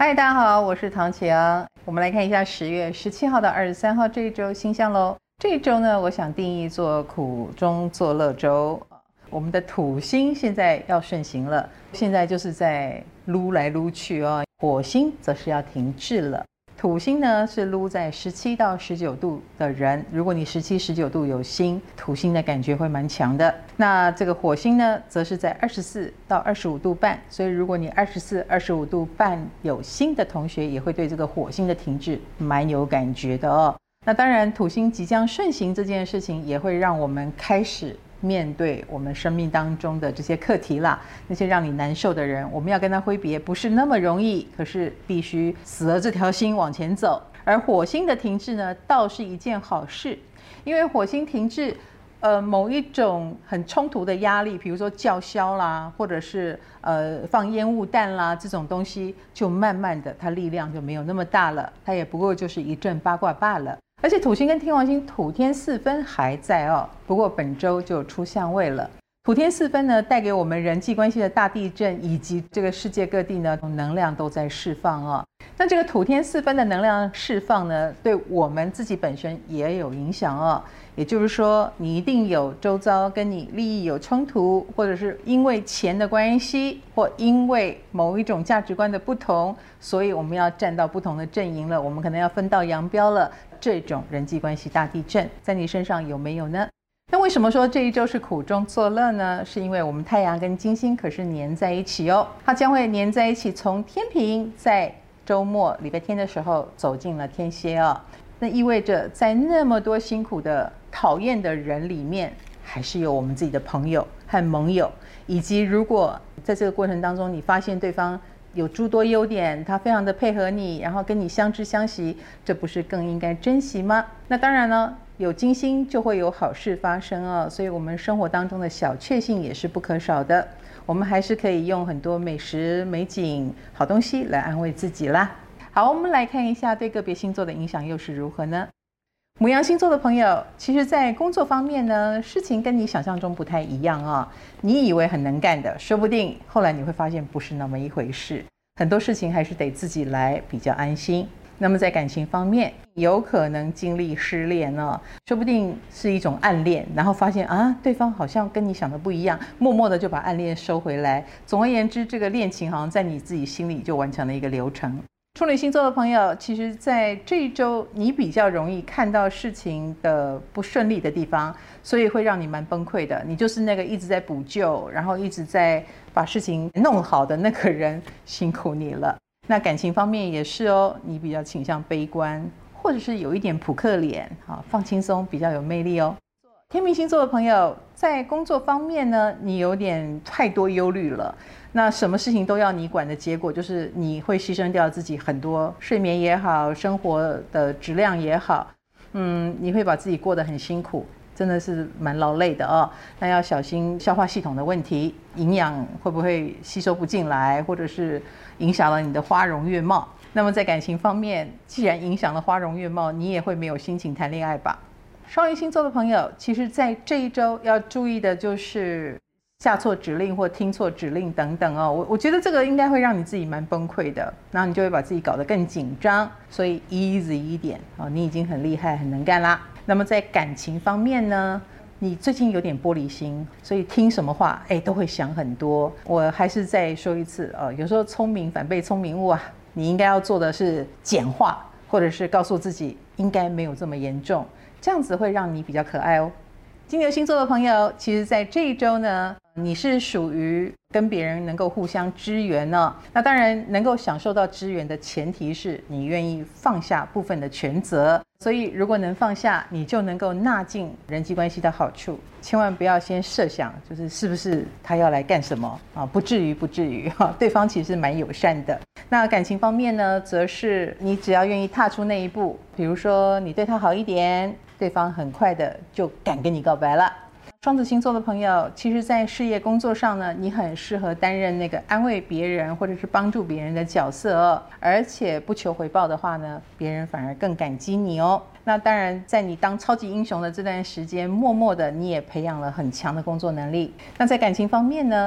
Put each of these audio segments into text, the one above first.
嗨，大家好，我是唐启阳。我们来看一下10月17号到23号这一周星象咯。这一周呢，我想定义做苦中作乐周。我们的土星现在要顺行了，现在就是在撸来撸去哦。火星则是要停滞了。土星呢是撸在17到19度的人，如果你17、19度有星，土星的感觉会蛮强的。那这个火星呢，则是在24到25度半，所以如果你24、25度半有星的同学，也会对这个火星的停滞蛮有感觉的哦。那当然，土星即将顺行这件事情，也会让我们开始面对我们生命当中的这些课题啦，那些让你难受的人，我们要跟他挥别不是那么容易，可是必须死了这条心往前走。而火星的停滞呢，倒是一件好事，因为火星停滞某一种很冲突的压力，比如说叫嚣啦，或者是放烟雾弹啦，这种东西就慢慢的它力量就没有那么大了，它也不过就是一阵八卦罢了。而且土星跟天王星土天四分还在哦，不过本周就出相位了。土天四分呢，带给我们人际关系的大地震，以及这个世界各地呢能量都在释放哦。那这个土天四分的能量释放呢，对我们自己本身也有影响哦。也就是说，你一定有周遭跟你利益有冲突，或者是因为钱的关系，或因为某一种价值观的不同，所以我们要站到不同的阵营了，我们可能要分道扬镳了。这种人际关系大地震在你身上有没有呢？那为什么说这一周是苦中作乐呢？是因为我们太阳跟金星可是黏在一起哦，它将会黏在一起，从天平在周末礼拜天的时候走进了天蝎哦。那意味着在那么多辛苦的讨厌的人里面，还是有我们自己的朋友和盟友，以及如果在这个过程当中你发现对方有诸多优点，他非常的配合你，然后跟你相知相惜，这不是更应该珍惜吗？那当然呢，有金星就会有好事发生哦，所以我们生活当中的小确幸也是不可少的。我们还是可以用很多美食、美景、好东西来安慰自己啦。好，我们来看一下对个别星座的影响又是如何呢？牡羊星座的朋友，其实在工作方面呢，事情跟你想象中不太一样啊。你以为很能干的，说不定后来你会发现不是那么一回事。很多事情还是得自己来比较安心。那么在感情方面，有可能经历失恋哦，说不定是一种暗恋，然后发现啊，对方好像跟你想的不一样，默默的就把暗恋收回来。总而言之，这个恋情好像在你自己心里就完成了一个流程。处女星座的朋友，其实在这一周你比较容易看到事情的不顺利的地方，所以会让你蛮崩溃的。你就是那个一直在补救，然后一直在把事情弄好的那个人，辛苦你了。那感情方面也是哦，你比较倾向悲观，或者是有一点扑克脸，放轻松比较有魅力哦。天秤星座的朋友，在工作方面呢，你有点太多忧虑了。那什么事情都要你管的结果，就是你会牺牲掉自己很多睡眠也好，生活的质量也好，你会把自己过得很辛苦，真的是蛮劳累的哦。那要小心消化系统的问题，营养会不会吸收不进来，或者是影响了你的花容月貌。那么在感情方面，既然影响了花容月貌，你也会没有心情谈恋爱吧。双鱼星座的朋友，其实在这一周要注意的就是下错指令或听错指令等等哦。我觉得这个应该会让你自己蛮崩溃的，然后你就会把自己搞得更紧张，所以 easy 一点哦，你已经很厉害很能干啦。那么在感情方面呢，你最近有点玻璃心，所以听什么话都会想很多。我还是再说一次有时候聪明反被聪明误啊，你应该要做的是简化，或者是告诉自己应该没有这么严重，这样子会让你比较可爱哦。金牛星座的朋友，其实在这一周呢，你是属于跟别人能够互相支援呢。那当然能够享受到支援的前提是你愿意放下部分的权责，所以如果能放下，你就能够纳进人际关系的好处。千万不要先设想就是是不是他要来干什么啊？不至于对方其实蛮友善的。那感情方面呢，则是你只要愿意踏出那一步，比如说你对他好一点，对方很快的就敢跟你告白了。双子星座的朋友，其实在事业工作上呢，你很适合担任那个安慰别人或者是帮助别人的角色哦，而且不求回报的话呢，别人反而更感激你哦。那当然在你当超级英雄的这段时间，默默的你也培养了很强的工作能力。那在感情方面呢，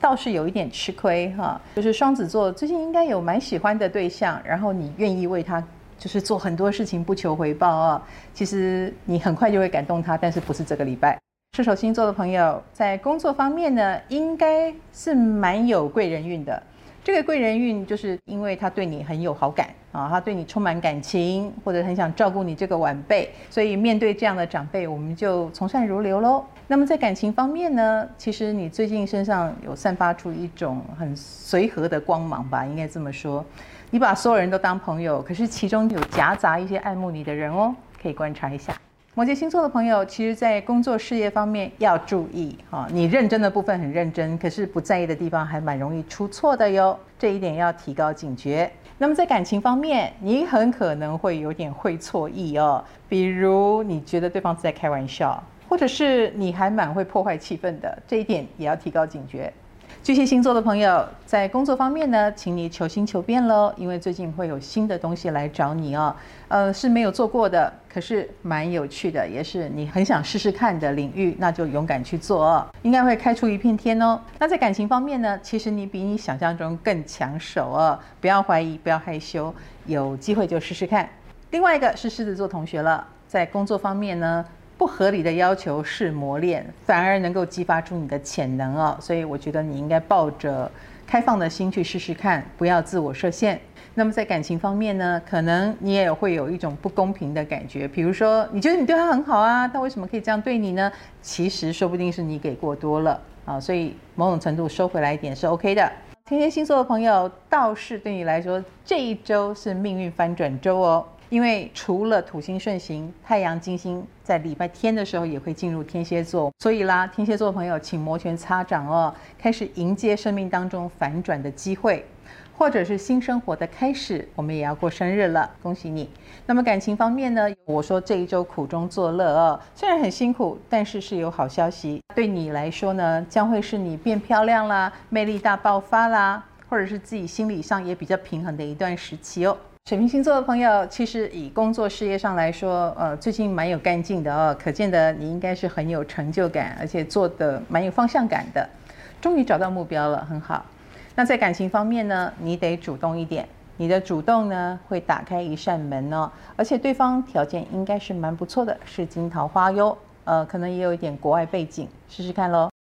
倒是有一点吃亏哈。就是双子座最近应该有蛮喜欢的对象，然后你愿意为他就是做很多事情不求回报啊。其实你很快就会感动他，但是不是这个礼拜。射手星座的朋友在工作方面呢，应该是蛮有贵人运的。这个贵人运就是因为他对你很有好感啊，他对你充满感情，或者很想照顾你这个晚辈，所以面对这样的长辈，我们就从善如流咯。那么在感情方面呢，其实你最近身上有散发出一种很随和的光芒吧，应该这么说。你把所有人都当朋友，可是其中有夹杂一些爱慕你的人哦，可以观察一下。摩羯星座的朋友，其实在工作事业方面要注意啊，你认真的部分很认真，可是不在意的地方还蛮容易出错的哟，这一点要提高警觉。那么在感情方面，你很可能会有点会错意哦，比如你觉得对方是在开玩笑，或者是你还蛮会破坏气氛的，这一点也要提高警觉。巨蟹星座的朋友在工作方面呢，请你求新求变咯，因为最近会有新的东西来找你哦。是没有做过的，可是蛮有趣的，也是你很想试试看的领域，那就勇敢去做哦，应该会开出一片天哦。那在感情方面呢，其实你比你想象中更抢手哦，不要怀疑，不要害羞，有机会就试试看。另外一个是狮子座同学了，在工作方面呢，不合理的要求是磨练，反而能够激发出你的潜能哦。所以我觉得你应该抱着开放的心去试试看，不要自我设限。那么在感情方面呢，可能你也会有一种不公平的感觉，比如说你觉得你对他很好啊，他为什么可以这样对你呢？其实说不定是你给过多了啊，所以某种程度收回来一点是 OK 的。天蝎星座的朋友，倒是对你来说这一周是命运翻转周哦。因为除了土星顺行，太阳金星在礼拜天的时候也会进入天蝎座，所以啦，天蝎座的朋友请摩拳擦掌哦，开始迎接生命当中反转的机会，或者是新生活的开始。我们也要过生日了，恭喜你。那么感情方面呢，我说这一周苦中作乐哦，虽然很辛苦，但是是有好消息。对你来说呢，将会是你变漂亮啦，魅力大爆发啦，或者是自己心理上也比较平衡的一段时期哦。水瓶星座的朋友，其实以工作事业上来说，最近蛮有干劲的哦，可见的你应该是很有成就感，而且做的蛮有方向感的，终于找到目标了，很好。那在感情方面呢，你得主动一点，你的主动呢会打开一扇门哦，而且对方条件应该是蛮不错的，是金桃花哟，可能也有一点国外背景，试试看咯。